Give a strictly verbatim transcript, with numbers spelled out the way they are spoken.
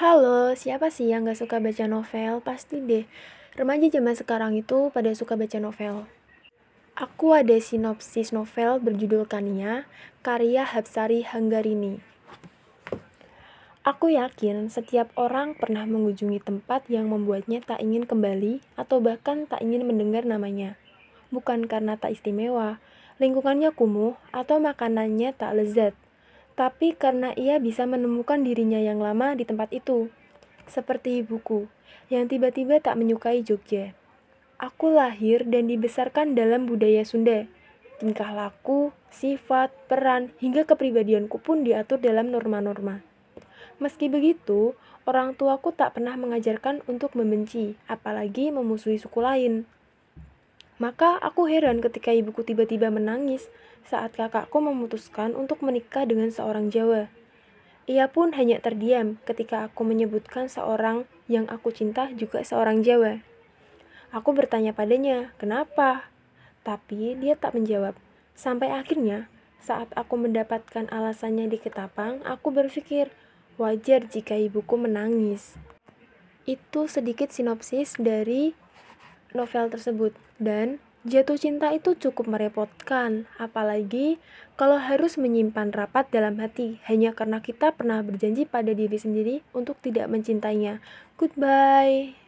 Halo, siapa sih yang gak suka baca novel? Pasti deh, remaja zaman sekarang itu pada suka baca novel. Aku ada sinopsis novel berjudul Kania, karya Hapsari Hanggarini. Aku yakin setiap orang pernah mengunjungi tempat yang membuatnya tak ingin kembali atau bahkan tak ingin mendengar namanya. Bukan karena tak istimewa, lingkungannya kumuh, atau makanannya tak lezat, tapi karena ia bisa menemukan dirinya yang lama di tempat itu. Seperti ibuku, yang tiba-tiba tak menyukai Jogja. Aku lahir dan dibesarkan dalam budaya Sunda. Tingkah laku, sifat, peran, hingga kepribadianku pun diatur dalam norma-norma. Meski begitu, orang tuaku tak pernah mengajarkan untuk membenci, apalagi memusuhi suku lain. Maka aku heran ketika ibuku tiba-tiba menangis saat kakakku memutuskan untuk menikah dengan seorang Jawa. Ia pun hanya terdiam ketika aku menyebutkan seorang yang aku cinta juga seorang Jawa. Aku bertanya padanya, kenapa? Tapi dia tak menjawab. Sampai akhirnya, saat aku mendapatkan alasannya di Ketapang, aku berpikir, wajar jika ibuku menangis. Itu sedikit sinopsis dari novel tersebut. Dan jatuh cinta itu cukup merepotkan, apalagi kalau harus menyimpan rapat dalam hati hanya karena kita pernah berjanji pada diri sendiri untuk tidak mencintainya. Goodbye.